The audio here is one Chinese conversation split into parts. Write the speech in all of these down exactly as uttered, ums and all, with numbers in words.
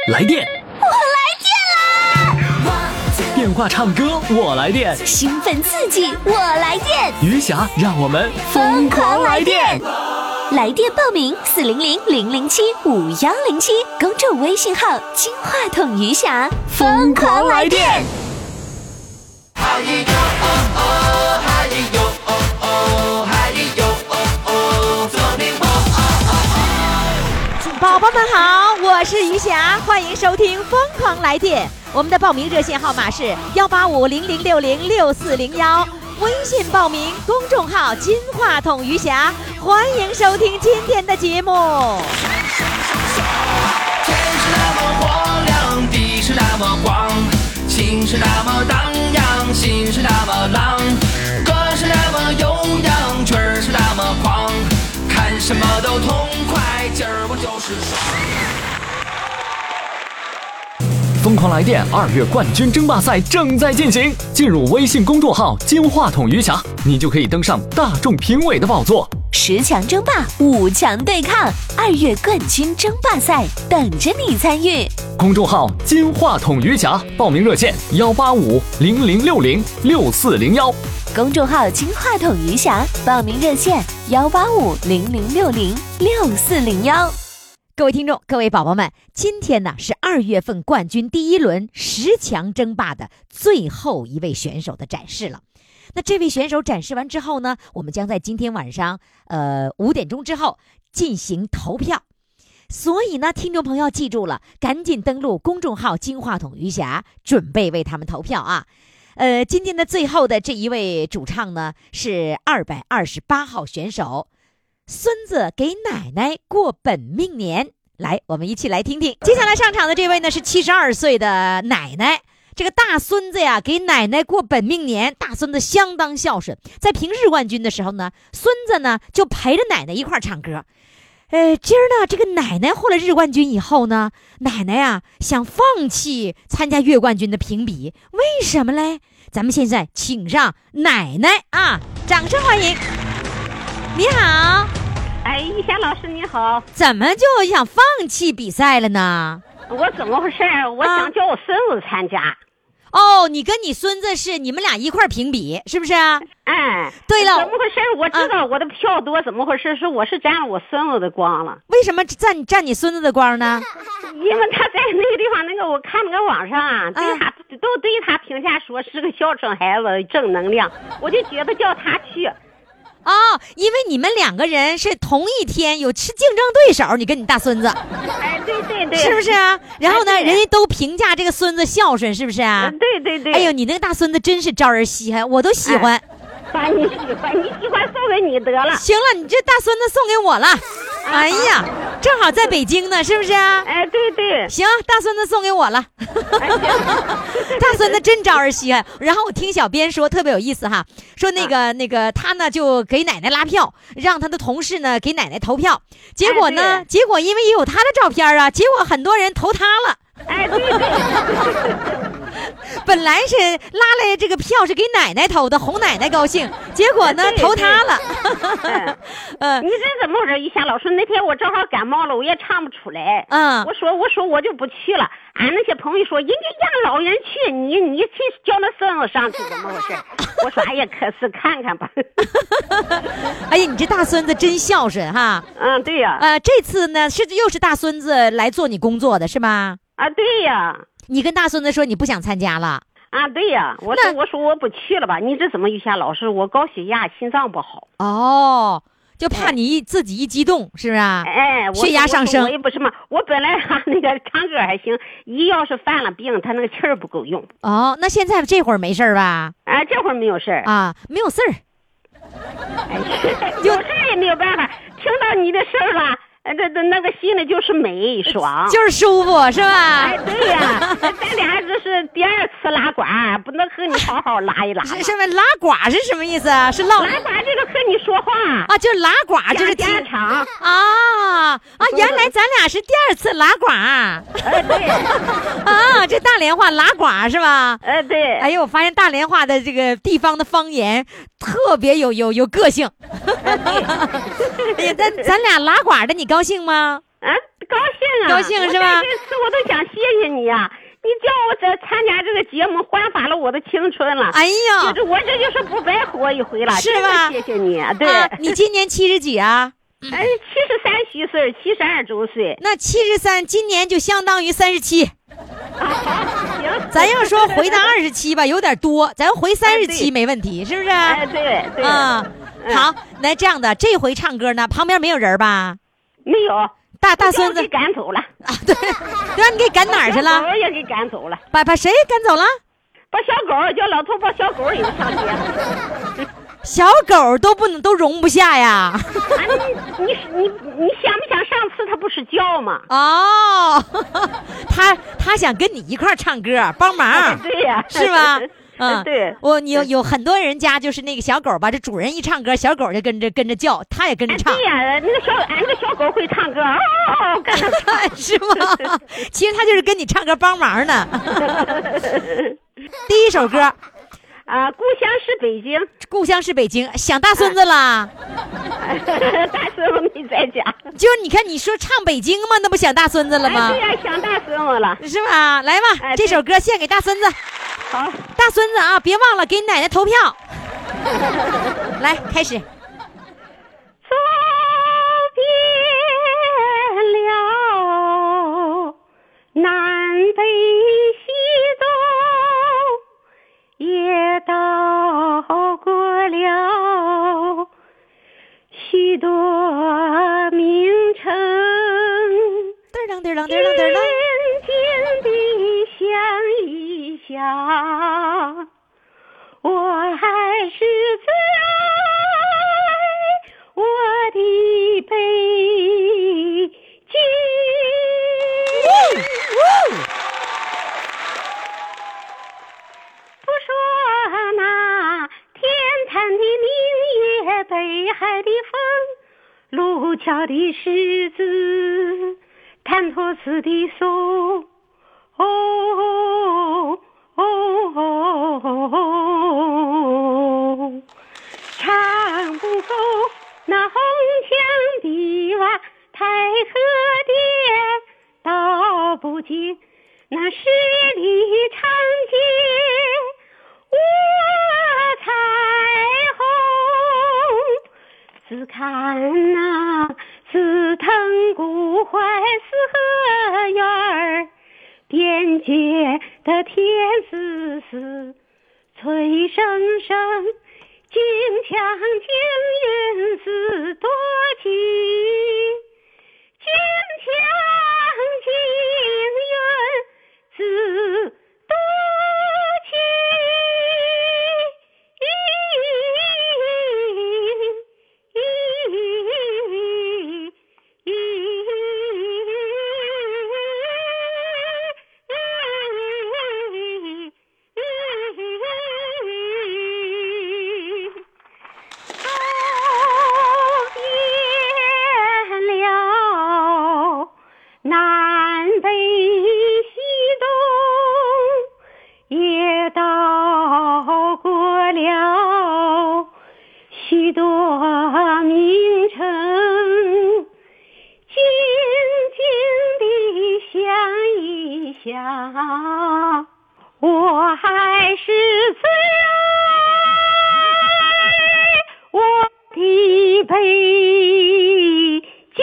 来电， 我来电啦！ 电话唱歌我来电， 兴奋刺激我来电， 余霞让我们疯狂来电！ 来电报名四零零零零七五幺零七，公众微信号金话筒余霞，疯狂来电！ 宝宝们好，我是余霞，欢迎收听疯狂来电。我们的报名热线号码是幺八五零零六零六四零幺，微信报名公众号金话筒余霞，欢迎收听今天的节目。 天是那么火亮，地是那么广，情是那么荡漾，心是那么浪，歌是那么悠扬，曲儿是那么狂，看什么都痛快，今儿我就是爽。 疯狂来电二月冠军争霸赛正在进行，进入微信公众号金话筒余霞，你就可以登上大众评委的宝座。 十强争霸，五强对抗，二月冠军争霸赛等着你参与。 公众号金话筒余霞，报名热线幺八五零零六零六四零幺。 公众号金话筒余霞，报名热线幺八五零零六零六四零幺。 各位听众，各位宝宝们，今天呢是二月份冠军第一轮十强争霸的最后一位选手的展示了。那这位选手展示完之后呢，我们将在今天晚上呃五点钟之后进行投票。所以呢，听众朋友要记住了，赶紧登录公众号金话筒余霞，准备为他们投票啊。呃，今天的最后的这一位主唱呢是二百二十八号选手。孙子给奶奶过本命年，来，我们一起来听听。接下来上场的这位呢是七十二岁的奶奶，这个大孙子呀给奶奶过本命年，大孙子相当孝顺，在评日冠军的时候呢，孙子呢就陪着奶奶一块唱歌。呃，今儿呢这个奶奶获了日冠军以后呢，奶奶呀想放弃参加月冠军的评比，为什么嘞？咱们现在请上奶奶啊，掌声欢迎。你好。 哎，玉霞老师你好， 怎么就想放弃比赛了呢？ 我怎么回事？我想叫我孙子参加。 啊、哦，你跟你孙子是你们俩一块评比，是不是？ 哎， 对了， 怎么回事？我知道我的票多，怎么回事？是我是沾了我孙子的光了。 为什么占占你孙子的光呢？ 因为他在那个地方，那个我看那个网上啊，对他、嗯、都对他评价说是个孝顺孩子，正能量，我就觉得叫他去。 哦，因为你们两个人是同一天有是竞争对手，你跟你大孙子， 哎，对对对， 是不是啊？然后呢，哎、人家都评价这个孙子孝顺，是不是啊？ 对对对。 哎呦，你那个大孙子真是招人稀罕，我都喜欢。 哎把你喜欢，你喜欢送给你得了。 行了，你这大孙子送给我了。哎呀，正好在北京呢，是不是啊？ 哎，对对。 行，大孙子送给我了。大孙子真招人稀罕。然后我听小编说特别有意思哈，说那个、啊、那个他呢就给奶奶拉票，让他的同事呢给奶奶投票。结果呢，哎、结果因为也有他的照片啊，结果很多人投他了。 哎，对对。 本来是拉来这个票是给奶奶投的，哄奶奶高兴，结果呢投他了。 嗯，你这怎么回事？一霞老师，那天我正好感冒了，我也唱不出来。嗯，我说我说我就不去了。俺那些朋友说，人家让老人去，你你去叫那孙子上去，怎么回事？我说哎呀，可是看看吧。 哎呀，你这大孙子真孝顺哈。 嗯，对呀。 呃，这次呢是又是大孙子来做你工作的是吗？ 啊，对呀。 你跟大孙子说你不想参加了啊？对呀，我说我说我不去了吧？你这怎么玉霞老师？我高血压，心脏不好。 哦，就怕你一、哎、自己一激动，是不是？ 哎， 血压上升。 我, 我也不是嘛，我本来哈、啊、那个唱歌还行，一要是犯了病，他那个气儿不够用。 哦，那现在这会儿没事吧？ 啊，这会儿没有事儿啊，没有事儿。 哎，有事儿也没有办法，听到你的事儿了。这这那个心里就是美爽， 就是舒服，是吧？ 哎，对呀，咱俩这是第二次拉呱，不能和你好好拉一拉。 是什么拉呱是什么意思啊？是唠拉呱这个和你说话啊，就是拉呱就是家常啊啊！原来咱俩是第二次拉呱。 哎，对啊，这大连话拉呱是吧？ 哎，对。 哎呦，我发现大连话的这个地方的方言特别有有有个性。哎呀，咱咱俩拉呱的，你高兴吗？ 啊， 高兴啊， 高兴是吧？ 这次我都想谢谢你呀、啊，你叫我这参加这个节目，焕发了我的青春了。 哎呀， 就是我这就是不白活一回了， 是吧？ 谢谢你，对。 啊、你今年七十几啊？ 哎，七十三虚岁，七十二周岁。 那七十三，今年就相当于三十七。 啊，行。 咱要说回到二十七吧，有点多，咱回三十七没问题，是不是？ 哎，对对。 啊、嗯，好，那这样的，这回唱歌呢，旁边没有人吧？ 没有。 大大孙子给赶走了啊！对，对啊，你给赶哪儿去了？ 狗也给赶走了。 把把谁赶走了？ 把小狗叫老头把小狗也上街。 小狗都不能都容不下呀！ 啊，你你你你想不想上次他不是叫吗？ 哦，他他想跟你一块儿唱歌帮忙， 对呀， 是吧？ 嗯，对， 我有有很多人家就是那个小狗吧，这主人一唱歌，小狗就跟着跟着叫，他也跟着唱。 对呀，那个小俺那个小狗会唱歌，哦，跟着唱是吗？其实他就是跟你唱歌帮忙呢。第一首歌啊，故乡是北京， 故乡是北京，想大孙子啦。 大孙子没在家， 就是你看你说唱北京嘛，那不想大孙子了吗？ 哎、对呀、啊，想大孙子了， 是吧？来吧，哎、这首歌献给大孙子。 好， 大孙子啊，别忘了给你奶奶投票。来，开始。 走遍了南北西东，也到过了许多名城， 嘚啷嘚啷嘚啷嘚啷， 静静地想一想，我还是最爱我的北京。不说那天坛的明月，北海的风，路桥的狮子，潭柘寺的松，哦哦哦哦，唱不够那红墙的瓦，太和殿道不尽那十里长街，我彩虹自看那紫藤古槐四合院儿，边界的天丝丝翠生生，金枪金云丝多情，金枪金云丝多情。我还是最爱我的北京。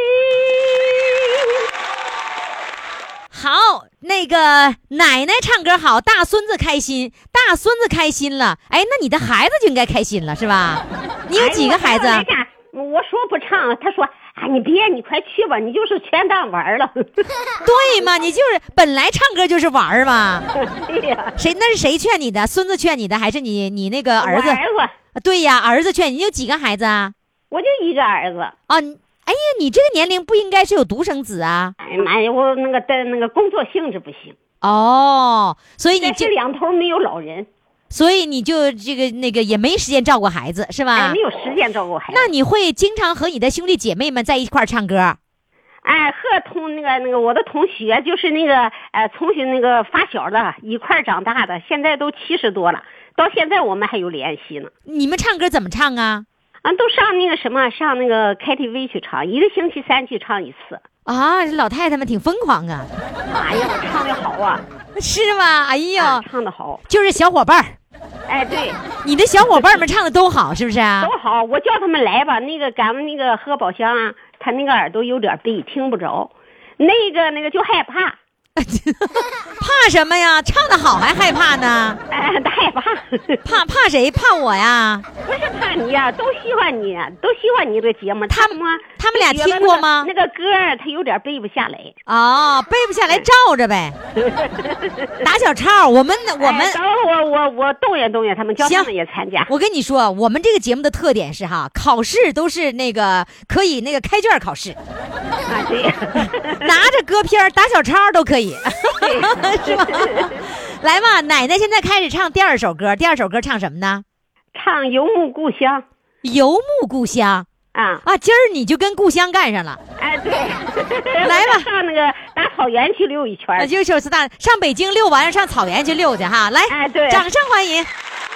好，那个奶奶唱歌好，大孙子开心，大孙子开心了，哎，那你的孩子就应该开心了，是吧？你有几个孩子？ 哎、我, 我说不唱，他说啊，你别，你快去吧，你就是全当玩了。 对嘛，你就是本来唱歌就是玩嘛。 对呀。 谁那是谁劝你的？孙子劝你的，还是你你那个儿子？ 我儿子。 对呀，儿子劝你。你有几个孩子啊？ 我就一个儿子。 啊，哎呀，你这个年龄不应该是有独生子啊？ 哎呀妈呀，我那个的那个工作性质不行。 哦，所以你这两头没有老人。 所以你就这个那个也没时间照顾孩子，是吧？ 哎，没有时间照顾孩子。 那你会经常和你的兄弟姐妹们在一块儿唱歌？ 哎，和同那个那个我的同学，就是那个呃，从小那个发小的一块长大的，现在都七十多了，到现在我们还有联系呢。 你们唱歌怎么唱啊？ 啊，都上那个什么，上那个 K T V 去唱，一个星期三去唱一次。 啊，这老太太们挺疯狂啊！ 哎呀，我唱的好啊！ 是吗？哎呦， 啊、唱的好， 就是小伙伴儿。 哎，对， 你的小伙伴们唱的都好，是不是啊？ 都好，我叫他们来吧。那个咱们那个何宝香啊，他那个耳朵有点背，听不着，那个那个就害怕。 怕什么呀？唱得好还害怕呢？ 哎，害怕。 怕怕谁？怕我呀？ 不是怕你呀，都喜欢你，都喜欢你这个节目。 他们他们俩听过吗？ 那个歌他有点背不下来。 哦，背不下来，照着呗。打小抄，我们我们。 等我我我动员动员他们，叫他们也参加。 我跟你说，我们这个节目的特点是哈，考试都是那个可以那个开卷考试。 啊，对。 拿着歌片打小抄都可以。是吧？来吧，奶奶现在开始唱第二首歌。第二首歌唱什么呢？ 唱《游牧故乡》。 游牧故乡啊啊！今儿你就跟故乡干上了。 哎，对。 来吧， 上那个大草原去溜一圈。 啊，就是大上北京溜完，上草原去溜去哈。来， 哎，对， 掌声欢迎。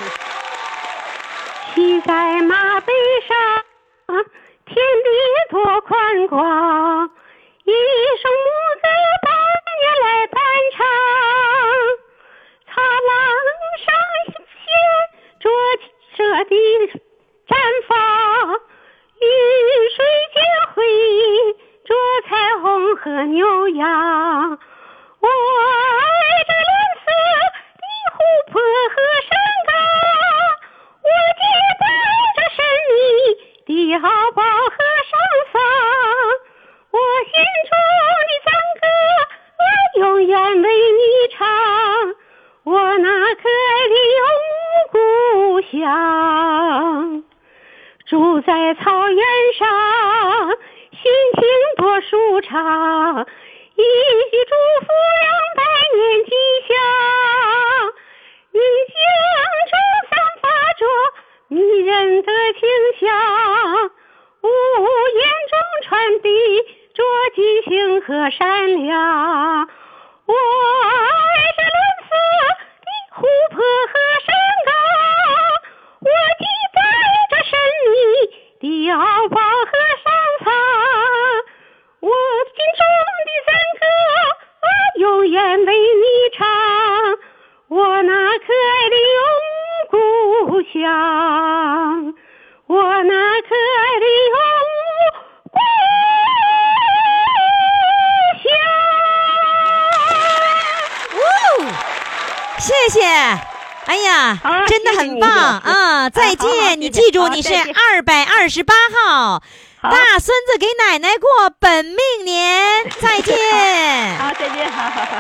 骑在马背上，天地多宽广。一声母子伴也来伴唱，草浪上线着着的绽放，雨水结辉着彩虹和牛羊。我爱这蓝色的湖泊和山岗，我敬拜这神秘的敖包和上方。我心中的赞歌，我永远为你唱。我那可爱的游牧故乡，住在草原上，心情多舒畅。一句祝福让百年吉祥，你江中散发着迷人的清香，无言中传递着激情和善良。我爱这蓝色的湖泊和山岗，我敬拜这神秘的敖包和上苍。我心中的赞歌，我永远为你唱。我那可爱的游牧故乡，我那可爱的游牧故乡。哦，谢谢。哎呀，真的很棒啊！再见，你记住，你是二百二十八号。大孙子给奶奶过本命年，再见。 好，再见，好好好。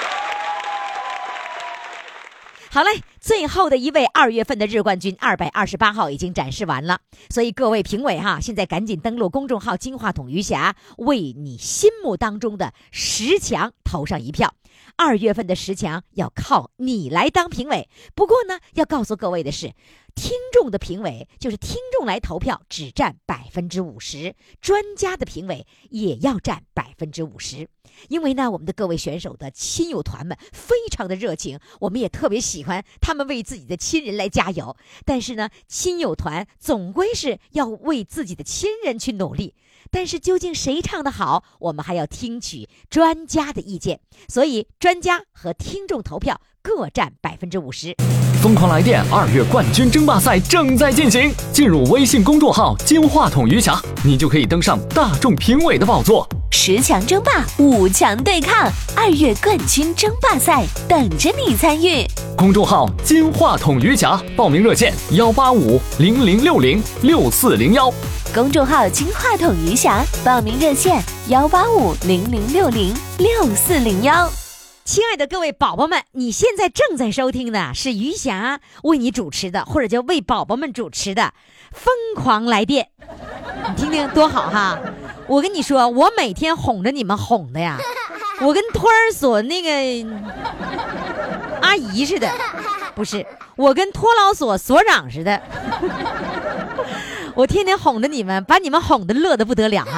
好嘞，最后的一位二月份的日冠军二百二十八号已经展示完了，所以各位评委哈，现在赶紧登录公众号金话筒余霞，为你心目当中的十强投上一票。二月份的十强要靠你来当评委。不过呢，要告诉各位的是，听众的评委就是听众来投票只占百分之五十，专家的评委也要占百分之五十。因为呢，我们的各位选手的亲友团们非常的热情，我们也特别喜欢他们为自己的亲人来加油。但是呢，亲友团总归是要为自己的亲人去努力。但是究竟谁唱得好，我们还要听取专家的意见。所以专家和听众投票各占百分之五十。 疯狂来电二月冠军争霸赛正在进行，进入微信公众号金话筒余霞，你就可以登上大众评委的宝座。 十强争霸，五强对抗，二月冠军争霸赛等着你参与。 公众号金话筒余霞，报名热线幺八五零零六零六四零幺。 公众号金话筒余霞，报名热线幺八五零零六零六四零幺。 亲爱的各位宝宝们，你现在正在收听的是余霞为你主持的，或者叫为宝宝们主持的《疯狂来电》，你听听多好哈！我跟你说，我每天哄着你们哄的呀，我跟托儿所那个阿姨似的，不是，我跟托老所所长似的。我天天哄着你们，把你们哄得乐得不得了哈！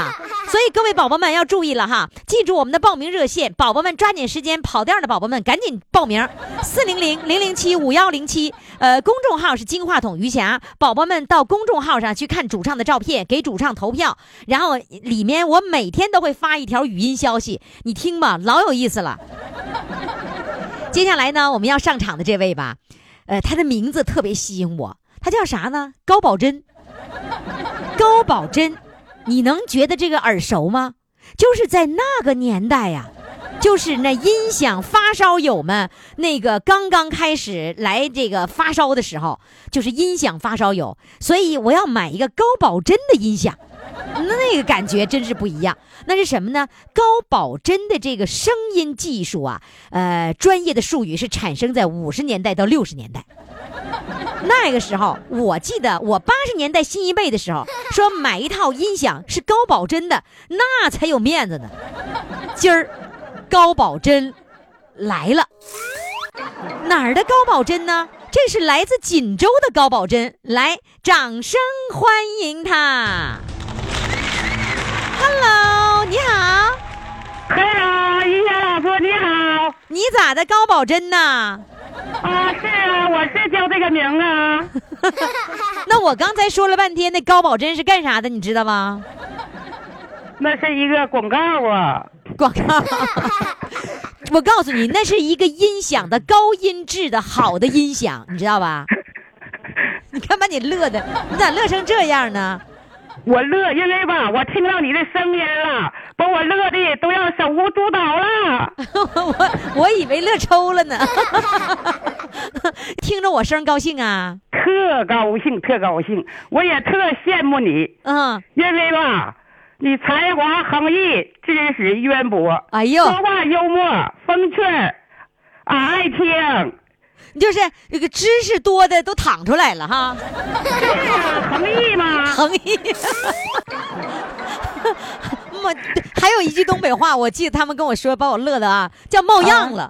所以各位宝宝们要注意了哈，记住我们的报名热线，宝宝们抓紧时间，跑调的宝宝们赶紧报名，四零零零零七五幺零七，呃，公众号是金话筒余霞，宝宝们到公众号上去看主唱的照片，给主唱投票，然后里面我每天都会发一条语音消息，你听吧，老有意思了。接下来呢，我们要上场的这位吧，呃，他的名字特别吸引我，他叫啥呢？高宝珍。高宝珍。你能觉得这个耳熟吗？就是在那个年代呀、啊，就是那音响发烧友们那个刚刚开始来这个发烧的时候，就是音响发烧友，所以我要买一个高保真的音响，那个感觉真是不一样。那是什么呢？高保真的这个声音技术啊，呃，专业的术语是产生在五十年代到六十年代。那个时候我记得我八十年代新一辈的时候说买一套音响是高保真的，那才有面子呢。今儿高保真来了，哪儿的高保真呢？这是来自锦州的高保真，来，掌声欢迎他。 Hello， 你好。 Hello， 于霞老师你好。 你咋的，高保真呢？ 啊，是啊，我是叫这个名啊。 那我刚才说了半天，那高保真是干啥的，你知道吗？ 那是一个广告啊。 广告。我告诉你，那是一个音响的高音质的好的音响，你知道吧？你看把你乐的，你咋乐成这样呢？ 我乐，因为吧，我听到你的声音了，把我乐的都要手舞足蹈了。 我我以为乐抽了呢。听着我声高兴啊， 特高兴，特高兴，我也特羡慕你。 嗯， 因为吧，你才华横溢，知识渊博， 哎呦， 说话幽默风趣，俺爱听。 就是这个知识多的都淌出来了哈。 是啊，横溢吗？ 横溢。我还有一句东北话，我记得他们跟我说，把我乐的啊，叫冒样了，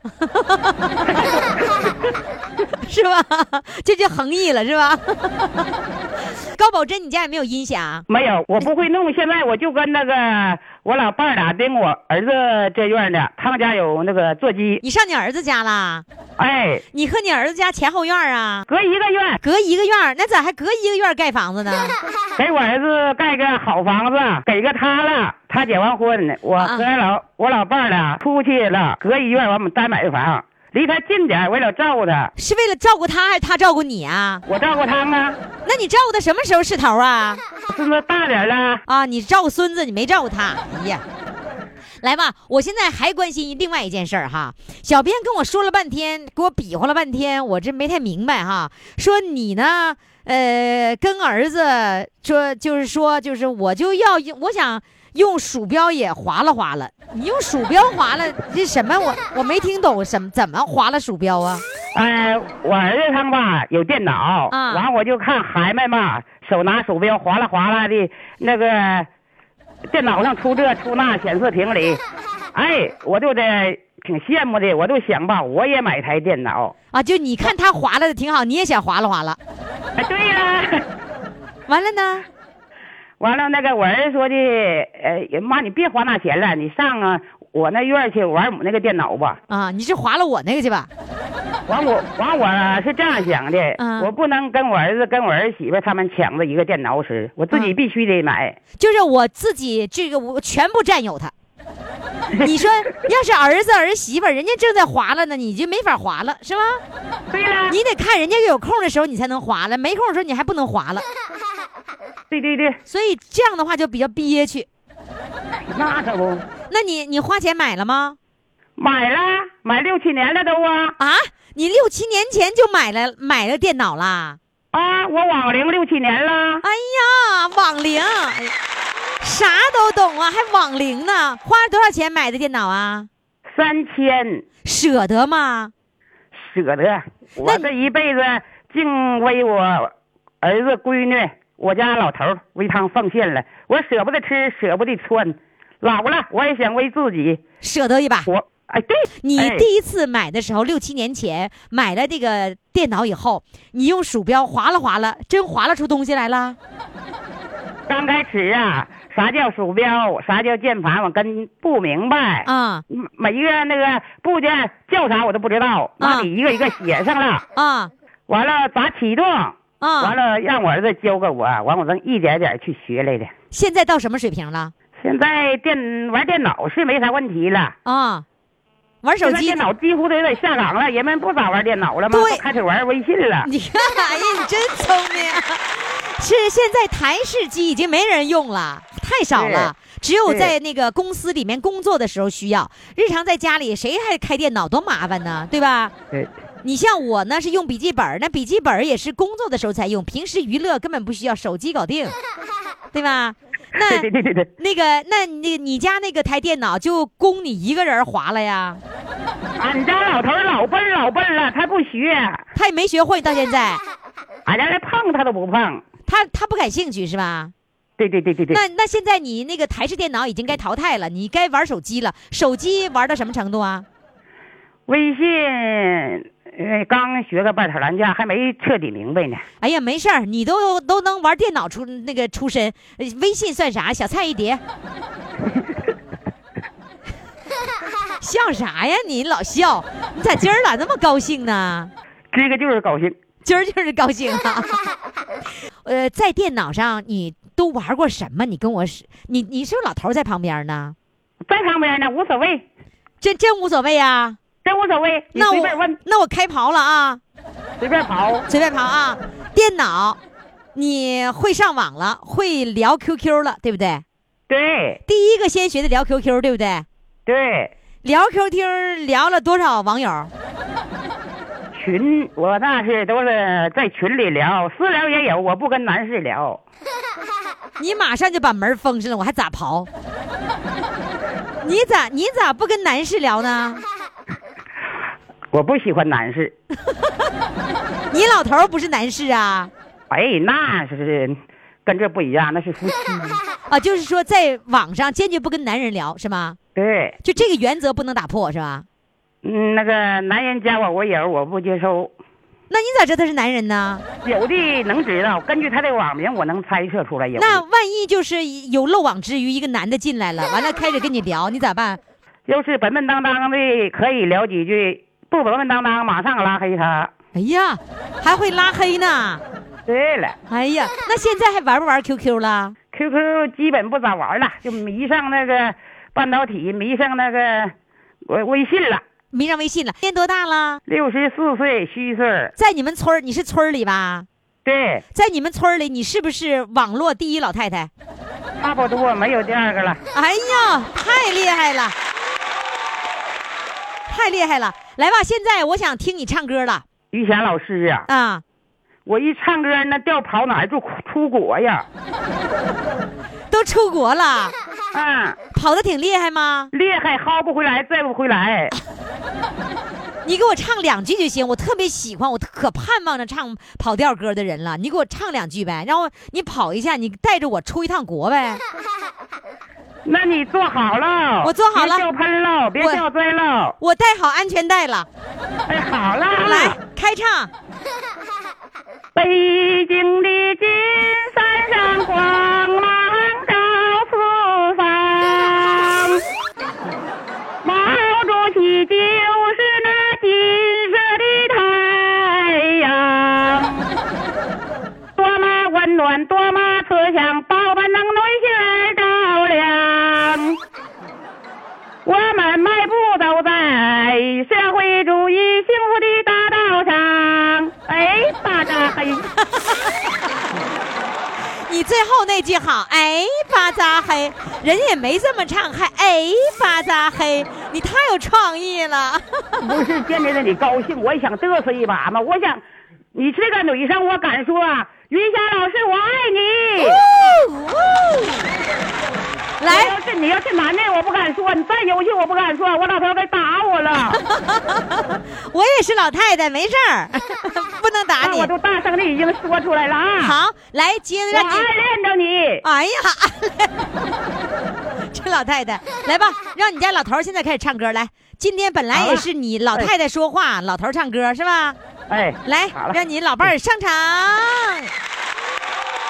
是吧？这就横溢了，是吧？高保真，你家有没有音响？ 没有，我不会弄。现在我就跟那个我老伴儿俩跟我儿子这院的，他们家有那个座机。 你上你儿子家啦？ 哎， 你和你儿子家前后院啊？ 隔一个院， 隔一个院，那咋还隔一个院盖房子呢？ 给我儿子盖个好房子，给个他了。他结完婚，我和老、啊、我老伴儿俩出去了，隔一院我们单买个房。离他近点，为了照顾他。是为了照顾他，还是他照顾你啊？ 我照顾他啊。 那你照顾他什么时候是头啊？ 孙子大点了啊，你照顾孙子，你没照顾他。哎呀，来吧，我现在还关心另外一件事儿哈。小编跟我说了半天，给我比划了半天，我这没太明白哈。说你呢，呃，跟儿子说，就是说，就是我就要，我想。用鼠标也划了划了，你用鼠标划了这什么？我我没听懂什么怎么划了鼠标啊？ 呃，我儿子他们吧有电脑，啊，完我就看孩子嘛手拿鼠标划拉划拉的，那个电脑上出这出那显示屏里，哎，我就得挺羡慕的，我就想吧，我也买台电脑啊。就你看他划拉的挺好，你也想划拉划拉？ 哎，对了， 完了呢？ 完了，那个我儿子说的，呃，妈，你别花那钱了，你上啊我那院去玩我那个电脑吧。 啊，你是划了我那个去吧？ 完我完我是这样想的，嗯，我不能跟我儿子跟我儿媳妇他们抢着一个电脑使，我自己必须得买。 嗯，就是我自己这个我全部占有它。你说要是儿子儿媳妇人家正在划了呢，你就没法划了，是吧？ 对了， 你得看人家有空的时候你才能划了，没空的时候你还不能划了。 对对对， 所以这样的话就比较憋屈。 那可不。 那你你花钱买了吗？ 买了，买六七年了都啊。 啊，你六七年前就买了买了电脑啦？ 啊，我网龄六七年了。 哎呀，网龄，啥都懂啊，还网龄呢？花了多少钱买的电脑啊？ 三千。 舍得吗？ 舍得。我这一辈子净为我儿子闺女。我家老头为他奉献了，我舍不得吃，舍不得穿，老了我也想为自己舍得一把。 我哎，对， 你第一次买的时候，六七年前买了这个电脑以后，你用鼠标划了划了，真划了出东西来了。 刚开始啊， 啥叫鼠标，啥叫键盘，我跟不明白啊。 每一个那个部件叫啥我都不知道，妈给一个一个写上了啊。 完了咋启动啊？完了让我儿子教给我，完我正一点点去学来的。 现在到什么水平了？ 现在电玩电脑是没啥问题了啊。玩手机电脑几乎都有点下岗了，人们不咋玩电脑了吗？都开始玩微信了。 你看，哎呀，你真聪明。是现在台式机已经没人用了，太少了，只有在那个公司里面工作的时候需要。日常在家里谁还开电脑，多麻烦呢，对吧？ 对。 你像我呢是用笔记本，那笔记本也是工作的时候才用，平时娱乐根本不需要，手机搞定，对吧？那对对对对， 那个，那你你家那个台电脑就供你一个人划了呀？ 俺家老头老笨老笨了，他不学， 他也没学会到现在。 俺家连碰他都不碰， 他他不感兴趣是吧？ 对对对对对。 那那现在你那个台式电脑已经该淘汰了，你该玩手机了。手机玩到什么程度啊？ 微信。呃，刚学个半头蓝架，还没彻底明白呢。 哎呀，没事儿，你都都能玩电脑出那个出身，微信算啥？小菜一碟。笑啥呀？你老笑，你咋今儿咋那么高兴呢？ 这个就是高兴， 今儿就是高兴啊。呃，在电脑上你都玩过什么？你跟我是，你你是不是老头在旁边呢？ 在旁边呢，无所谓。 真真无所谓啊。 真无所谓， 那我那我开刨了啊， 随便刨， 随便刨啊。电脑，你会上网了，会聊 Q Q 了，对不对？ 对。 第一个先学的聊 Q Q， 对不对？ 对。 聊 Q Q 聊了多少网友？ 群，我那是都是在群里聊，私聊也有，我不跟男士聊。 你马上就把门封上了，我还咋刨？你咋你咋不跟男士聊呢？ 我不喜欢男士。 你老头不是男士啊？ 哎，那是跟这不一样，那是夫妻啊。就是说，在网上坚决不跟男人聊，是吗？ 对， 就这个原则不能打破，是吧？ 嗯，那个男人加我微友，我不接受。 那你咋知道他是男人呢？ 有的能知道，根据他的网名，我能猜测出来有。 那万一就是有漏网之鱼，一个男的进来了，完了开始跟你聊，你咋办？ 要是本本当当的，可以聊几句。不稳稳当当，马上拉黑他。 哎呀，还会拉黑呢。 对了。 哎呀，那现在还玩不玩 Q Q 了 ？Q Q 基本不咋玩了，就迷上那个半导体，迷上那个微微信了。 迷上微信了。今年多大了？ 六十四岁虚岁。 在你们村，你是村里吧？ 对。 在你们村里，你是不是网络第一老太太？ 差不多，没有第二个了。 哎呀，太厉害了！太厉害了！来吧，现在我想听你唱歌了。 于霞老师啊， 啊， 我一唱歌那调跑哪儿就出国呀， 都出国了。 嗯， 跑得挺厉害吗？ 厉害，薅不回来，拽不回来。 你给我唱两句就行，我特别喜欢，我可盼望着唱跑调歌的人了。你给我唱两句呗，然后你跑一下，你带着我出一趟国呗。 那你做好了， 我做好了， 别掉喷了，别掉摔了， 我戴好安全带了。 哎，好了， 来开唱。 北京的金山上光芒照四方，毛主席就是那金色的太阳，多么温暖，多么慈祥，饱满能内心儿照亮。我们迈步走在社会主义幸福的大道上。哎，巴扎黑。 你最后那句好，哎，巴扎黑，人也没这么唱，还哎，巴扎黑，你太有创意了。 不是见着你高兴，我也想嘚瑟一把嘛。我想，你这个女生，我敢说，云霞老师，我爱你。哦哦来，要是你要是男的，我不敢说；你再有趣，我不敢说，我老头该打我了。 我也是老太太，没事儿，不能打你。 我都大声的已经说出来了啊！ 好，来，接着让你。 我暗恋着你。 哎呀，这老太太，来吧，让你家老头现在开始唱歌来。今天本来也是你老太太说话，老头唱歌是吧？ 哎， 来，让你老伴儿上场。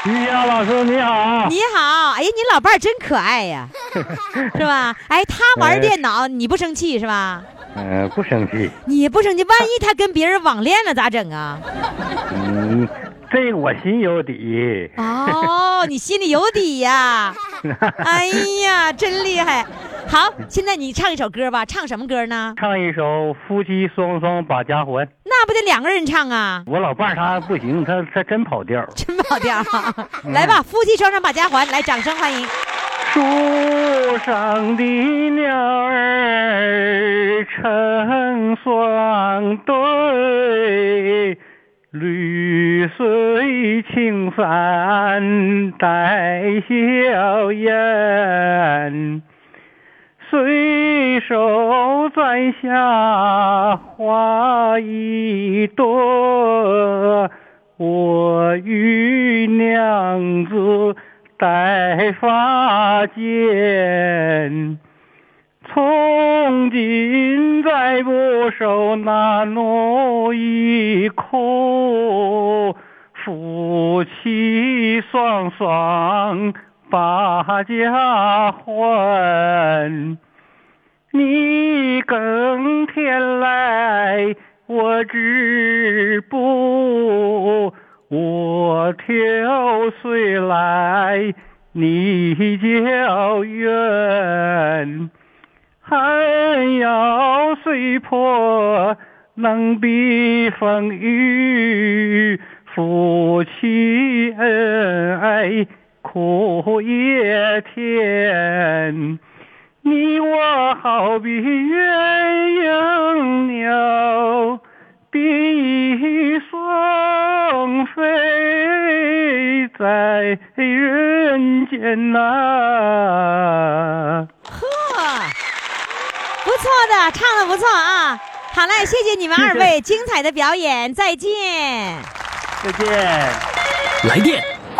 于霞老师你好。 你好，哎呀，你老伴儿真可爱呀，是吧？哎，他玩电脑，呃、你不生气是吧？ 嗯、呃，不生气。 你不生气，万一他跟别人网恋了咋整啊？ 嗯，这我心有底。 哦，你心里有底呀！哎呀，真厉害。好，现在你唱一首歌吧，唱什么歌呢？ 唱一首《夫妻双双把家还》。 那不得两个人唱啊？ 我老伴儿他不行，他他真跑调， 真跑调、啊嗯。来吧，夫妻双双把家还，来，掌声欢迎。 树上的鸟儿成双对，绿水青山带笑颜。随手摘下花一朵，我与娘子戴发间。从今再不受那奴役苦，夫妻双双把家还。你耕田来我织布，我挑水来你浇园。寒窑虽破能避风雨，夫妻恩爱苦也甜。你我好比鸳鸯鸟，比翼双飞在人间呐、 啊。呵，不错的，唱得不错啊！好嘞，谢谢你们二位精彩的表演，再见。 再见。 来电。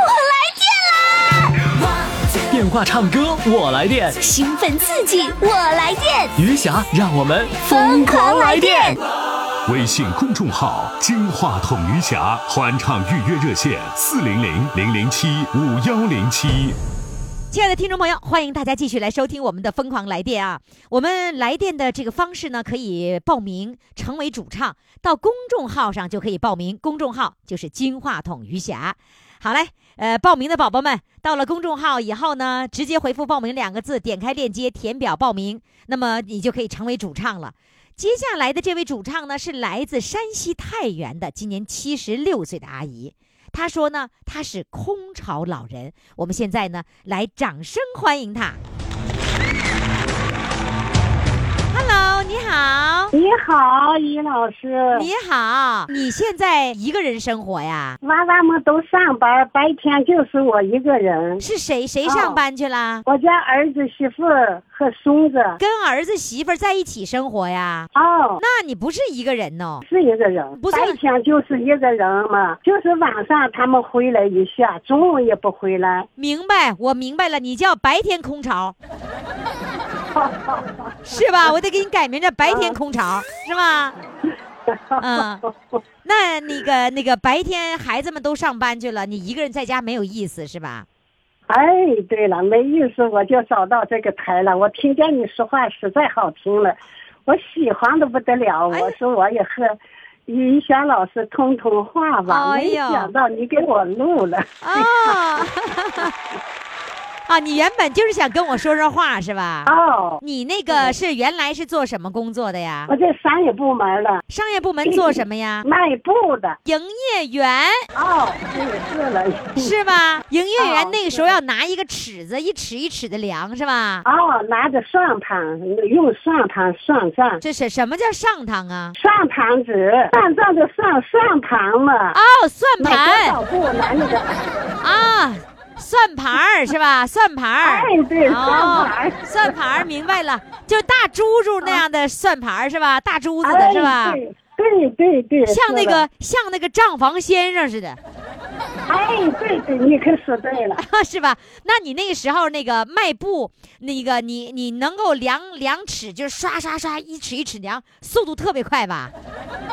电话唱歌我来电， 兴奋刺激我来电， 余霞让我们疯狂来电。 微信公众号金话筒余霞欢唱预约热线四零零零零七五幺零七。 亲爱的听众朋友，欢迎大家继续来收听我们的疯狂来电啊！我们来电的这个方式呢，可以报名成为主唱，到公众号上就可以报名，公众号就是金话筒余霞。好嘞，呃，报名的宝宝们到了公众号以后呢，直接回复报名两个字，点开链接填表报名，那么你就可以成为主唱了。接下来的这位主唱呢，是来自山西太原的今年七十六岁的阿姨。她说呢，她是空巢老人。我们现在呢，来掌声欢迎她。Hello， 你好。 你好，于老师。 你好，你现在一个人生活呀？ 娃娃们都上班，白天就是我一个人。 是谁谁上班去了？ 哦、我家儿子媳妇和孙子跟儿子媳妇在一起生活呀？ 哦， 那你不是一个人哦？ 是一个人，不是白天就是一个人嘛，就是晚上他们回来一下，中午也不回来。 明白，我明白了，你叫白天空巢。是吧？我得给你改名叫白天空巢，是吧？嗯，那那个那个白天孩子们都上班去了，你一个人在家没有意思是吧？ 哎，对了，没意思，我就找到这个台了。我听见你说话实在好听了，我喜欢的不得了。哎、我说我也和于霞老师通通话吧，哎、没想到你给我录了。 哦啊，你原本就是想跟我说说话是吧？ 哦， 你那个是原来是做什么工作的呀？ 我在商业部门了。 商业部门做什么呀？ 卖布的。 营业员。 哦，是了。 是吧？营业员那个时候要拿一个尺子，一尺一尺的量是吧？ 哦，拿着算盘，用算盘算账。 这是什么叫上堂啊？ 算盘子，算账的算算盘嘛。 哦，算盘。 买多少布拿那个啊。算盘儿是吧？算盘儿， 哎，对，算盘儿， 哦，算盘儿，明白了，就是大珠珠那样的算盘儿是吧？大珠子的是吧？ 哎、对对对， 像那个像那个账房先生似的。 哎，对对，你可说对了， 是吧？那你那个时候那个卖布，那个你你能够量量尺，就是刷刷刷一尺一尺量，速度特别快吧？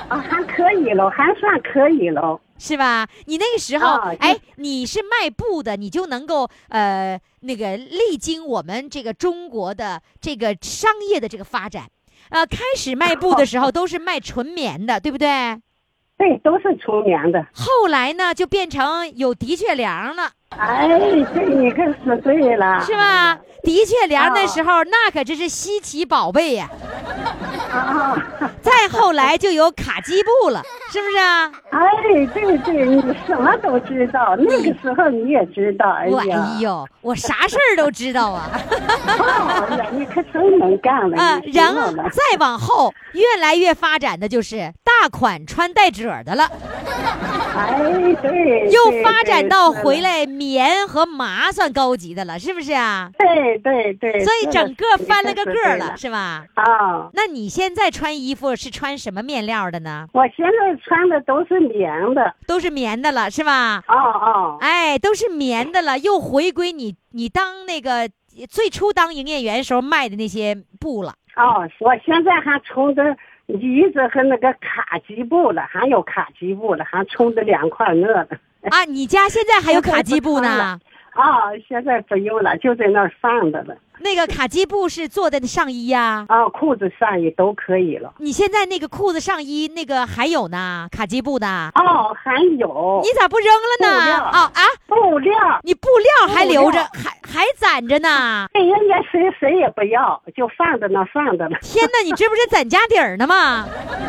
啊，还可以了，还算可以了， 是吧？你那个时候，啊、哎，你是卖布的，你就能够呃那个历经我们这个中国的这个商业的这个发展，呃，开始卖布的时候都是卖纯棉的，对不对？ 对，都是纯棉的。 后来呢，就变成有的确良了。 哎，这你可说对了， 是吧？的确良那时候、哦、那可真是稀奇宝贝呀、 啊。啊， 再后来就有卡基布了，是不是啊？ 哎，对对，你什么都知道，那个时候你也知道。哎呀， 哎呦，我啥事儿都知道啊！ 哎呀，你可真能干了啊！ 然后再往后，越来越发展的就是大款穿带褶的了。 哎，对， 又发展到回来棉和麻算高级的了，是不是啊？ 对对对， 所以整个翻了个个了，是吧？ 啊， 那你现在穿衣服是穿什么面料的呢？ 我现在穿的都是棉的， 都是棉的了，是吧？ 哦哦， 哎，都是棉的了，又回归你你当那个最初当营业员时候卖的那些布了。 哦，我现在还冲着呢子和那个卡基布了，还有卡基布了，还冲着两块那了。 啊，你家现在还有卡基布呢？ 啊，现在不用了，就在那儿放着了。 那个卡基布是做的上衣呀、 啊？啊，裤子上衣都可以了。 你现在那个裤子上衣那个还有呢？卡基布的？ 哦，还有。 你咋不扔了呢？哦啊， 布料， 你布料还留着，还还攒着呢。 对，人家谁谁也不要，就放在那放着了。 天哪，你这不是攒家底儿呢吗？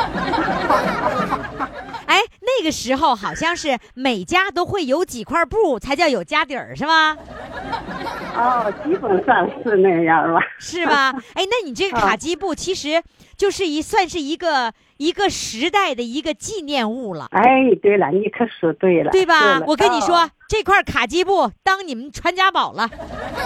哎，那个时候好像是每家都会有几块布才叫有家底儿，是吧？ 哦，基本上是那样吧。 是吧？哎，那你这个卡基布其实就是一算是一个一个时代的一个纪念物了。 哎，对了，你可说对了， 对吧？我跟你说，哦、这块卡基布当你们传家宝了。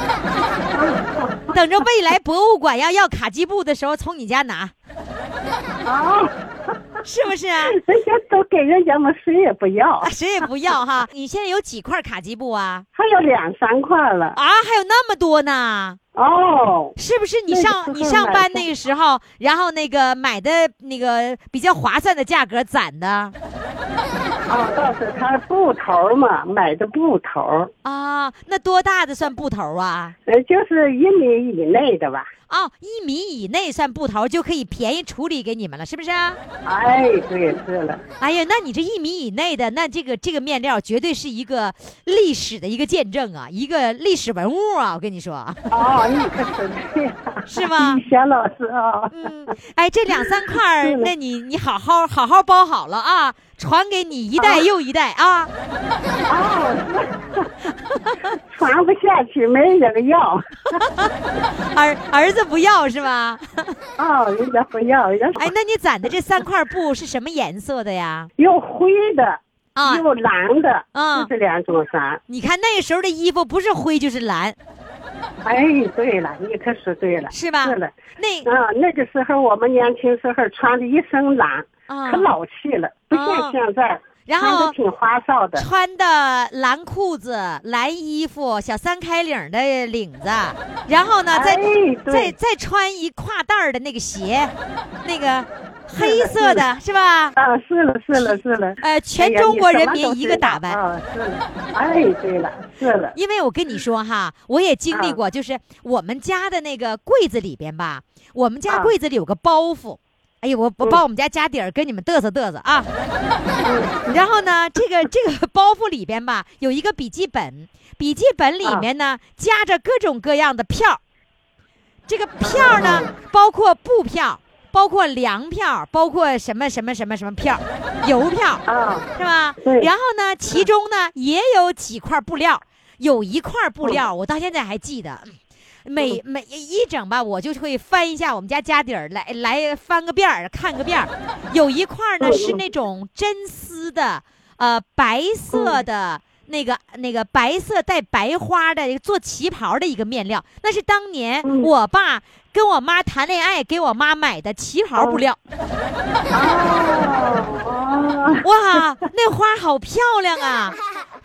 等着未来博物馆要要卡基布的时候，从你家拿。 哦。 是不是啊？ 人家都给人家们，谁也不要， 啊、谁也不要哈。你现在有几块卡基布啊？ 还有两三块了啊，还有那么多呢。 哦， 是不是你上你上班那个时候，然后那个买的那个比较划算的价格攒的？ 哦，倒是他布头嘛，买的布头啊。那多大的算布头啊？ 呃，就是一米以内的吧。 哦，一米以内算布头就可以便宜处理给你们了，是不是？ 哎，对，是了。 哎呀，那你这一米以内的，那这个这个面料绝对是一个历史的一个见证啊，一个历史文物啊！我跟你说。 哦，你可是这样， 是吗？ 夏老师啊。 嗯，哎，这两三块，那你你好好好好包好了啊，传给你一代又一代啊。 哦，传不下去，没人要。 儿儿子不要是吧？ 哦，人家不要，人家。 哎，那你攒的这三块布是什么颜色的呀？ 有灰的啊， 有蓝的， 啊， 就是两种衫。 你看那个时候的衣服，不是灰就是蓝。 哎，对了，你可说对了， 是吧？ 是了， 那啊，那个时候我们年轻时候穿的一身蓝，啊、可老气了，不像现在。啊然后挺花哨的， 穿的蓝裤子、蓝衣服、小三开领的领子，然后呢，再、 哎、 再再穿一挎带的那个鞋，那个黑色的 是, 是吧？ 啊，是了，是了，是了。 呃，全中国人民一个打扮。 啊，是了。哎，对了，是了。 因为我跟你说哈，我也经历过，啊、就是我们家的那个柜子里边吧，我们家柜子里有个包袱。啊哎呀，我我把我们家家底儿跟你们嘚瑟嘚瑟啊，嗯、然后呢，这个这个包袱里边吧有一个笔记本，笔记本里面呢、啊、夹着各种各样的票，这个票呢、啊、包括布票，包括粮票，包括什么什么什么什么票，邮票， 啊、 是吧？然后呢，其中呢也有几块布料，有一块布料我到现在还记得。每每一整吧，我就会翻一下我们家家底儿，来来翻个遍儿，看个遍儿。有一块呢是那种真丝的，呃，白色的那个那个白色带白花的做旗袍的一个面料，那是当年我爸跟我妈谈恋爱给我妈买的旗袍布料。哇，那花好漂亮啊！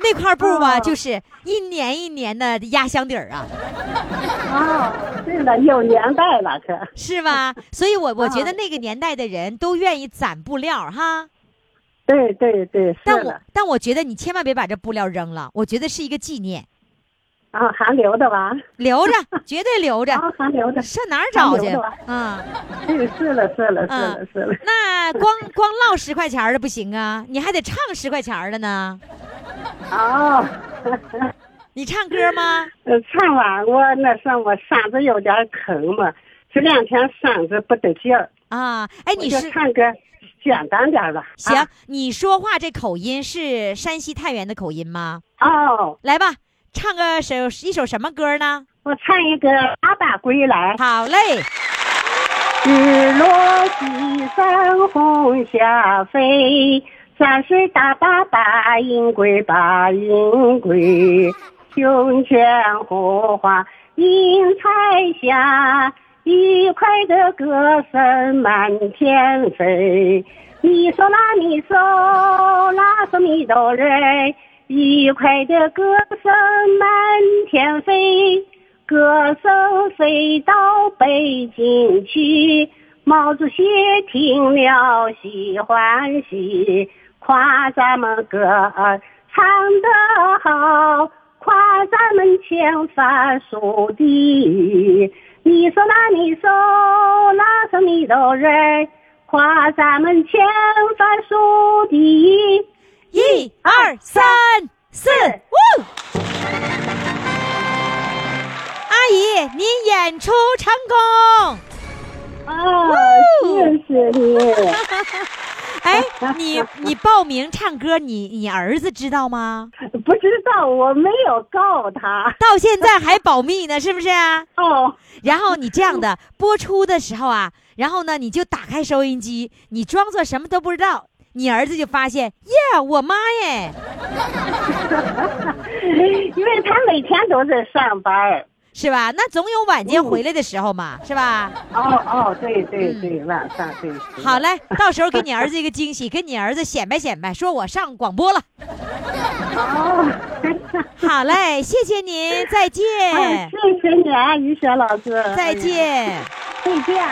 那块布吧，就是一年一年的压箱底儿啊。 哦，对了，有年代了，可是吧？所以我我觉得那个年代的人都愿意攒布料哈。 对对对， 但我但我觉得你千万别把这布料扔了，我觉得是一个纪念。 啊，还留着吧？ 留着，绝对留着。 啊，还留着， 上哪儿找去？嗯， 对，是了，是了，是了，是了。 那光光唠十块钱的不行啊，你还得唱十块钱的呢。 哦， 你唱歌吗？ 呃，唱完我那什么嗓子有点疼嘛，这两天嗓子不得劲儿啊。哎，你是唱歌简单点吧？ 行，啊、你说话这口音是山西太原的口音吗？ 哦， 来吧。唱个首一首什么歌呢？ 我唱一个《爸爸归来》。 好嘞。 日落西山红霞飞，三岁大爸爸迎归把迎归，胸前荷花映彩霞，愉快的歌声满天飞。咪嗦啦咪嗦啦嗦咪哆瑞，愉快的歌声满天飞，歌声飞到北京去，毛主席听了喜欢喜，夸咱们歌唱得好，夸咱们前番树敌。咪嗦啦咪嗦啦嗦咪哆瑞，夸咱们前番树敌。 一二三四，呜！阿姨，您演出成功！ 啊，谢谢你。 哎，你你报名唱歌，你你儿子知道吗？ 不知道，我没有告他， 到现在还保密呢，是不是啊？ 哦。 然后你这样的播出的时候啊，然后呢，你就打开收音机，你装作什么都不知道。你儿子就发现，耶，我妈耶！ 因为他每天都在上班， 是吧？那总有晚间回来的时候嘛，嗯、是吧？ 哦哦，对对对，嗯、晚上对。 好嘞，到时候给你儿子一个惊喜，跟你儿子显摆显摆，说我上广播了。 哦， 好嘞，谢谢您，再见。 哎、谢谢你啊，于雪老师。 再见， 哎、再见。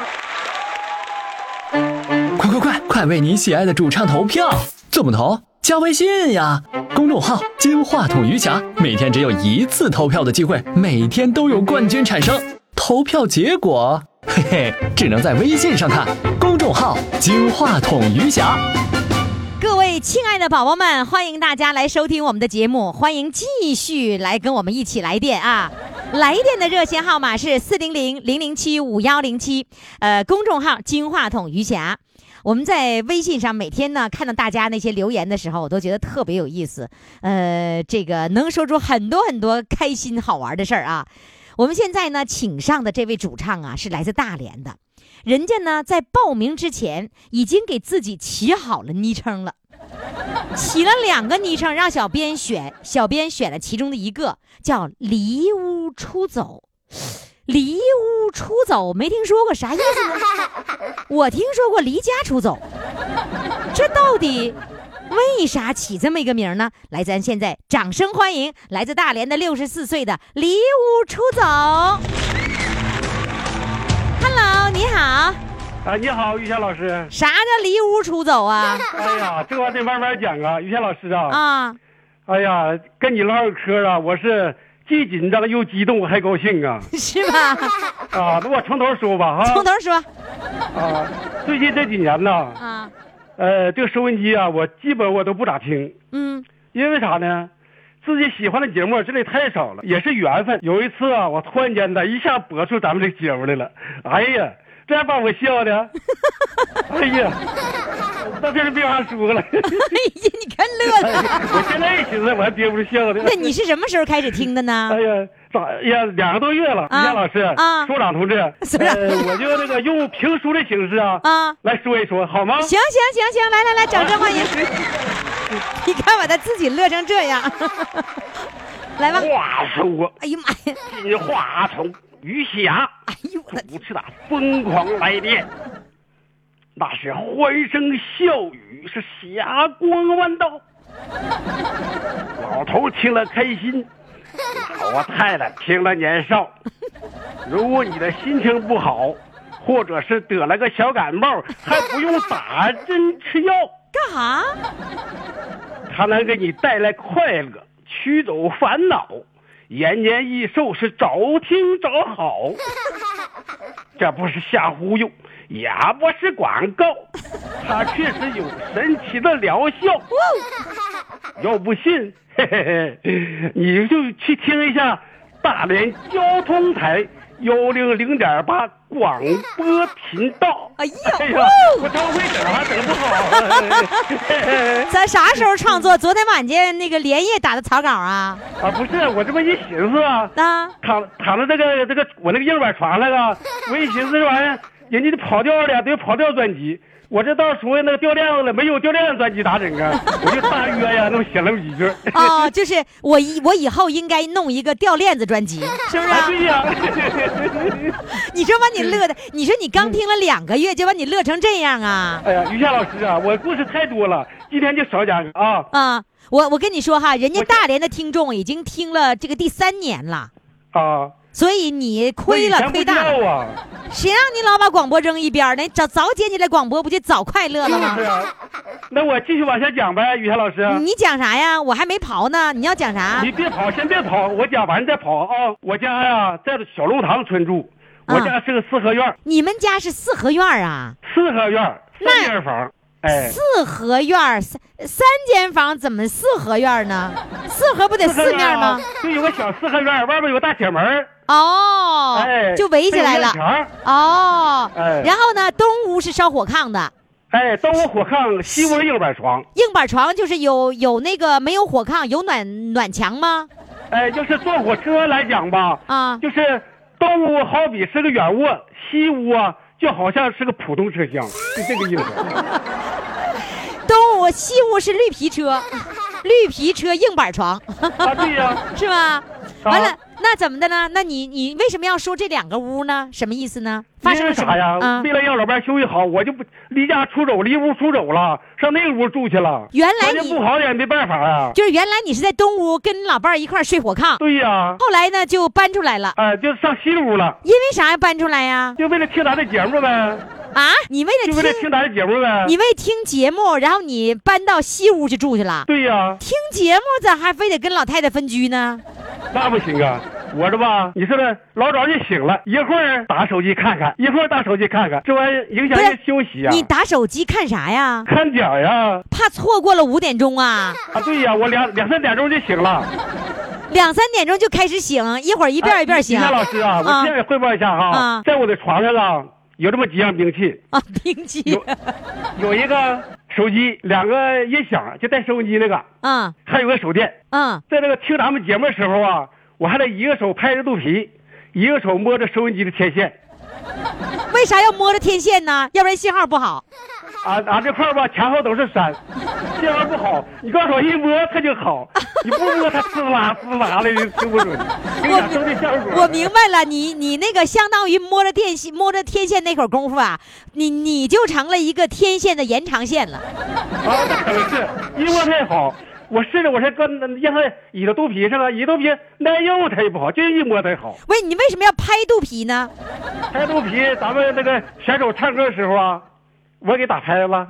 快快快快为你喜爱的主唱投票！怎么投？加微信呀，公众号金话筒余霞，每天只有一次投票的机会，每天都有冠军产生。投票结果，嘿嘿，只能在微信上看。公众号金话筒余霞。 各位亲爱的宝宝们，欢迎大家来收听我们的节目，欢迎继续来跟我们一起来电啊！来电的热线号码是四零零零零七五幺零七，呃，公众号金话筒余霞。我们在微信上每天呢看到大家那些留言的时候，我都觉得特别有意思，呃，这个能说出很多很多开心好玩的事儿啊。我们现在呢请上的这位主唱啊是来自大连的，人家呢在报名之前已经给自己起好了昵称了，起了两个昵称让小编选，小编选了其中的一个叫离屋出走。离屋出走没听说过，啥意思呢？我听说过离家出走，这到底为啥起这么一个名呢？来，咱现在掌声欢迎来自大连的六十四岁的离屋出走。Hello， 你好。 啊，你好，于霞老师。 啥叫离屋出走啊？ 哎呀，这玩意得慢慢讲啊，于霞老师啊。 啊。 哎呀，跟你唠会嗑啊，我是既紧张又激动还高兴啊。 是吧？ 啊，那我从头说吧哈。 从头说。 啊，最近这几年呢，啊，呃，这个收音机啊，我基本我都不咋听。 嗯。 因为啥呢？自己喜欢的节目真的太少了，也是缘分。有一次啊，我突然间的一下播出咱们这个节目来了，哎呀，这样把我笑的，哎呀，到这是别话说了。哎呀，你看乐的、 哎。我现在也寻思我还憋不住笑的。 那你是什么时候开始听的呢？ 哎呀，咋呀？两个多月了，于霞老师，啊，所长同志，呃，我就那个用评书的形式啊，啊，来说一说，好吗？ 行行行行，来来来，掌声欢迎。你看把他自己乐成这样，来吧。 话说， 哎呀妈呀， 金话筒余霞， 哎呦我的主持的疯狂来电，那是欢声笑语，是霞光万道。我老头听了开心，老太太听了年少。如果你的心情不好，或者是得了个小感冒，还不用打针吃药， 干哈？ 它能给你带来快乐，驱走烦恼，延年益寿，是早听早好。这不是瞎忽悠，也不是广告，它确实有神奇的疗效。要不信，嘿嘿嘿，你就去听一下大连交通台幺零零点八广播频道。 哎呀， 哎呀，我真会整，还整不好。咱啥时候创作？昨天晚间那个连夜打的草稿啊？ 啊，不是，我这么一寻思啊，啊躺躺着这个这个我那个硬板床那个，我一寻思这玩意儿，人家得跑调了，得有跑调专辑。我这到属于那个掉链子了，没有掉链子专辑咋整啊？我就大约呀，那么写了几句。 哦，就是我以我以后应该弄一个掉链子专辑，是不是？ 啊、对呀。 你说把你乐的，你说你刚听了两个月就把你乐成这样啊？ 哎呀，于霞老师啊，我故事太多了，今天就少讲啊。 啊，我我跟你说哈，人家大连的听众已经听了这个第三年了啊。 所以你亏了，亏大了啊！谁让你老把广播扔一边呢？早早捡起来广播，不就早快乐了吗？ 是啊。那我继续往下讲呗，于霞老师。 你讲啥呀？我还没刨呢，你要讲啥？ 你别跑，先别跑，我讲完再跑啊！我家呀在小龙塘村住，我家是个四合院。啊、 你们家是四合院啊？ 四合院，三间房。哎， 四合院三三间房怎么四合院呢？四合不得四面吗？ 就有个小四合院，外边有个大铁门。 哦， 哎， 就围起来了。哦， 哎， 然后呢，东屋是烧火炕的。 哎，东屋火炕，西屋硬板床。 硬板床就是有有那个没有火炕，有暖暖墙吗？ 哎，就是坐火车来讲吧，啊，就是东屋好比是个远卧，西屋啊就好像是个普通车厢，就这个意思。 东屋西屋是绿皮车，绿皮车硬板床。 啊，对呀， 是吗？完了。那怎么的呢？那你你为什么要说这两个屋呢？什么意思呢？发生了啥呀？啊、为了让老伴休息好，我就不离家出走，离屋出走了，上那个屋住去了。 原来你不好也没办法啊。 就是原来你是在东屋跟老伴一块睡火炕。 对呀。 后来呢就搬出来了。 哎、呃，就上西屋了。 因为啥要搬出来呀？ 就为了听咱的节目呗。 啊，你为了听就为了听咱的节目呗。 你为听节目，然后你搬到西屋去住去了。 对呀。 听节目咋还非得跟老太太分居呢？ 那不行啊。我这吧，你说的老早就醒了，一会儿打手机看看，一会儿打手机看看，这玩意儿影响人休息啊。 你打手机看啥呀？ 看点呀， 怕错过了五点钟啊。 啊，对呀，我两两三点钟就醒了， 两三点钟就开始醒，一会儿一遍一遍醒。 于霞老师啊，我现在汇报一下哈，啊、在我的床上啊有这么几样兵器啊，兵器有有一个手机，两个音响，就带收音机那个， 嗯， 还有个手电， 嗯， 在那个听咱们节目的时候啊。我还得一个手拍着肚皮，一个手摸着收音机的天线。 为啥要摸着天线呢？要不然信号不好。 啊啊，这块吧前后都是山，信号不好。你告诉我一摸它就好，你不摸它呲啦呲啦的，听不准。 我我明白了，你你那个相当于摸着电线摸着天线那会儿功夫啊，你你就成了一个天线的延长线了。 啊，那可能是一摸太好。我试着，我才跟让他倚到肚皮上了，倚肚皮耐用它也不好，就一摸它好。 喂，你为什么要拍肚皮呢？ 拍肚皮，咱们那个选手唱歌的时候啊，我给打拍了。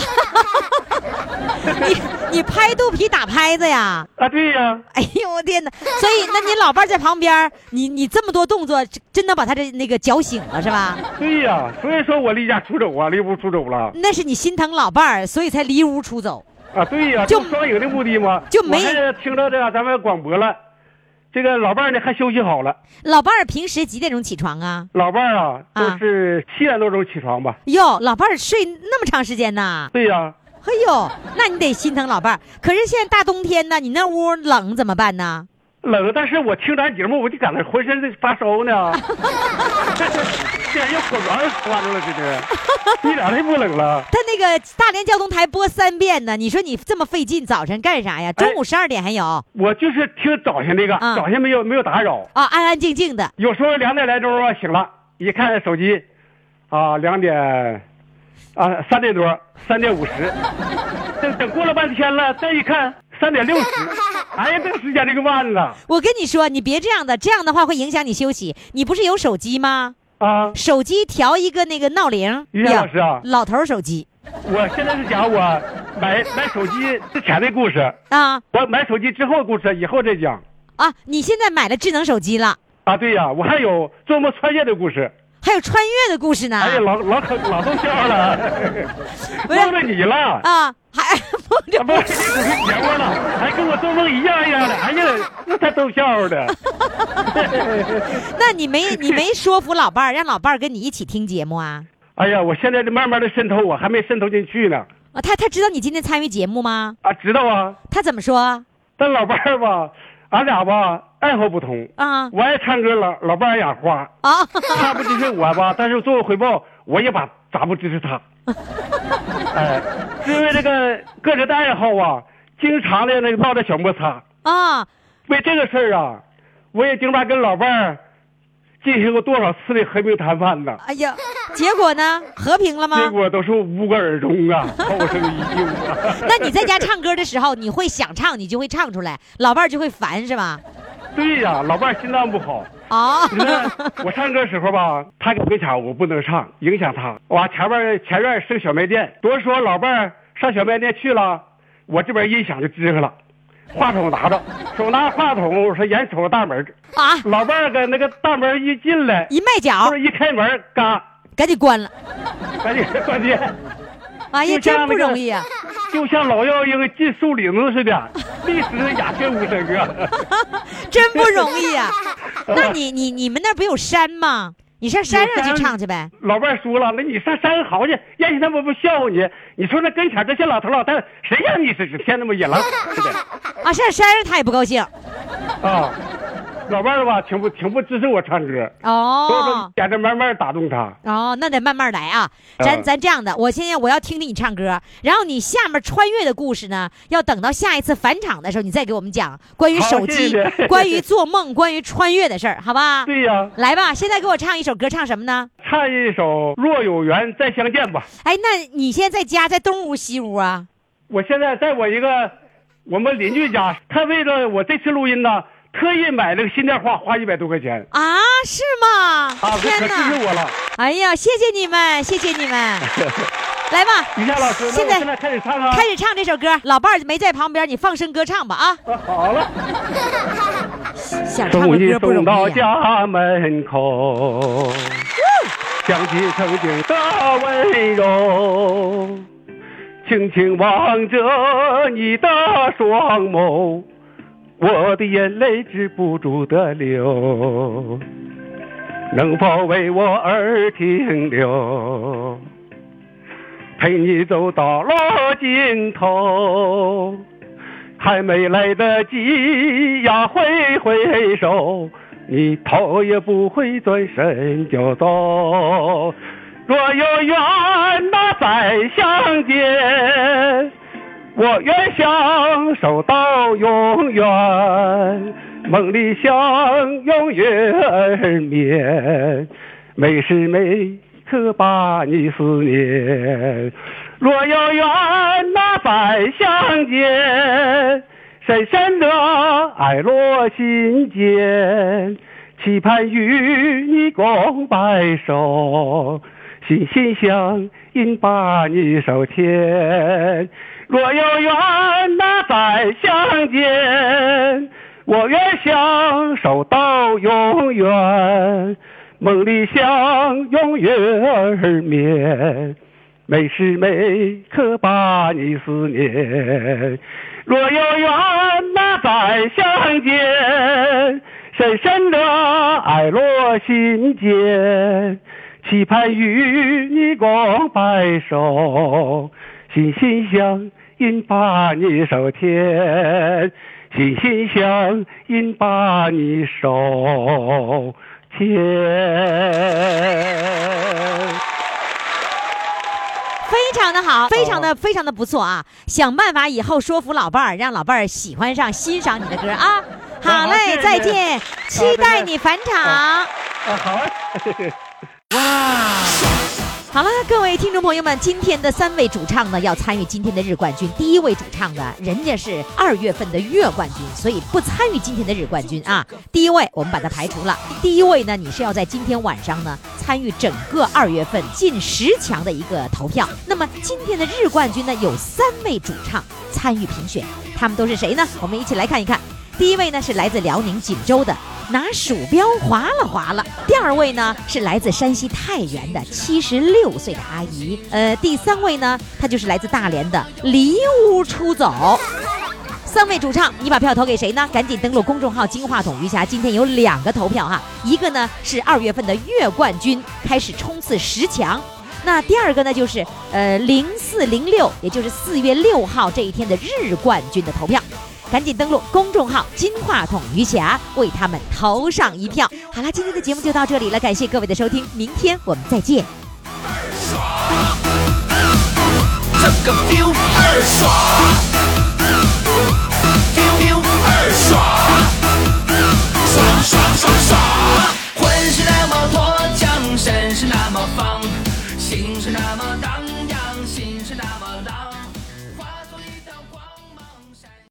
你你拍肚皮打拍子呀？ 啊，对呀。 哎呦我天哪！所以那你老伴在旁边，你你这么多动作，真的把他这那个搅醒了是吧？ 对呀，所以说我离家出走啊，离屋出走了。 那是你心疼老伴，所以才离屋出走。 啊，对呀，就双赢的目的嘛， 就没听到这个咱们广播了，这个老伴呢还休息好了。 老伴儿平时几点钟起床啊？ 老伴儿啊，都是七点多钟起床吧。 哟，老伴儿睡那么长时间呢？ 对呀。 哎呦，那你得心疼老伴儿。可是现在大冬天呢，你那屋冷怎么办呢？ 冷，但是我听咱节目，我就感觉浑身发烧呢。这又火苗抓住了，这是一点都不冷了。 他那个大连交通台播三遍呢，你说你这么费劲，早晨干啥呀？中午十二点还有、哎？ 我就是听早晨那个，嗯、早晨没有没有打扰啊、哦，安安静静的。 有时候两点来钟啊醒了，一看手机，啊两点，啊三点多，三点五十，等等过了半天了，再一看三点六十。 哎呀，这个时间这个慢了。 我跟你说，你别这样的，这样的话会影响你休息。你不是有手机吗？ 啊， 手机调一个那个闹铃。 于老师啊， 老头手机。 我现在是讲我买买手机之前的故事啊， 我买手机之后的故事以后再讲啊。你现在买了智能手机了啊？对呀、啊，我还有做梦穿越的故事。 还有穿越的故事呢！ 哎呀，老老可老逗笑了，梦着你了啊，还梦着不是你节目了，还跟我做梦一样一样的，哎呀，那太逗笑的。 那你没你没说服老伴儿，让老伴儿跟你一起听节目啊？ 哎呀，我现在慢慢的渗透，我还没渗透进去呢。 啊，他他知道你今天参与节目吗？ 啊，知道啊。 他怎么说？ 但老伴儿吧，俺俩吧。爱好不同啊， 我爱唱歌，老老伴爱养花啊， 他不支持我吧，但是作为回报，我也把咋不支持他。哎，因为这个个人的爱好啊，经常的那个闹点小摩擦啊。 为这个事儿啊，我也经常跟老伴儿进行过多少次的和平谈判呢？ 哎呀，结果呢？和平了吗？ 结果都是无疾而终啊，后生依旧啊。 那你在家唱歌的时候，你会想唱，你就会唱出来，老伴儿就会烦是吧？ 对呀、啊，老伴儿心脏不好啊。 你看我唱歌时候吧，他搁跟前我不能唱，影响他。哇，前面前院是个小卖店，多说老伴儿上小卖店去了，我这边音响就支开了，话筒拿着，手拿话筒，我说眼瞅着大门啊， 老伴儿搁那个大门一进来， 一迈脚， 或者一开门，嘎， 赶紧关了， 赶紧关键。 哎呀，真不容易啊！ 就像老妖精进树林子似的，历史鸦雀无声啊！ 真不容易啊！那你你你们那不有山吗？你上山上去唱去呗。 老伴说了，那你上山好去，让人他们不笑话你。你说那跟前这些老头老太太，谁让你是天那么野狼似的？ 啊，上山上他也不高兴。 啊。老伴儿吧，挺不挺不支持我唱歌哦， 所以说得着慢慢打动他。 哦，那得慢慢来啊。咱、嗯、咱这样的，我现在我要听听你唱歌，然后你下面穿越的故事呢，要等到下一次返场的时候，你再给我们讲关于手机、 谢谢关于做梦、关于穿越的事儿，好吧？ 对呀、啊。 来吧，现在给我唱一首歌，唱什么呢？ 唱一首《若有缘再相见》吧。 哎，那你现在在家在东屋西屋啊？ 我现在在我一个我们邻居家，他为了我这次录音呢。特意买了个新电话，花一百多块钱啊？是吗？ 啊， 天哪！ 可支持我了！ 哎呀，谢谢你们，谢谢你们！来吧， 于霞老师， 现在现在开始唱啊！ 开始唱这首歌，老伴儿没在旁边，你放声歌唱吧啊！ 啊好了， 想唱的歌不容易、啊。 送到家门口，想起曾经的温柔，轻轻望着你的双眸。我的眼泪止不住的流，能否为我而停留？陪你走到了尽头，还没来得及呀挥挥手，你头也不回转身就走。若有缘那再相见，我愿相守到永远，梦里相拥月儿眠，每时每刻把你思念。若有缘那再相见，深深的爱落心间，期盼与你共白首，心心相印把你手牵。若有缘那再相见，我愿相守到永远，梦里相拥月儿眠，每时每刻把你思念。若有缘那再相见，深深的爱落心间，期盼与你共白首，心心相印把你手牵，心心相印把你手牵。 非常的好，非常的、哦、非常的不错啊！想办法以后说服老伴儿，让老伴儿喜欢上、欣赏你的歌啊！好嘞，再见，期待你返场。 啊，好。哇！ 好了，各位听众朋友们，今天的三位主唱呢要参与今天的日冠军。第一位主唱呢，人家是二月份的月冠军，所以不参与今天的日冠军啊。第一位我们把它排除了。第一位呢，你是要在今天晚上呢参与整个二月份进十强的一个投票。那么今天的日冠军呢，有三位主唱参与评选，他们都是谁呢？我们一起来看一看。第一位呢是来自辽宁锦州的拿鼠标划了划了，第二位呢是来自山西太原的七十六岁的阿姨，呃，第三位呢她就是来自大连的离屋出走。三位主唱，你把票投给谁呢？赶紧登录公众号金话筒余霞，今天有两个投票哈，一个呢是二月份的月冠军开始冲刺十强，那第二个呢就是呃零四零六，也就是四月六号这一天的日冠军的投票。赶紧登录公众号金话筒余霞，为他们投上一票。好了，今天的节目就到这里了，感谢各位的收听，明天我们再见。 这个 feel 二爽。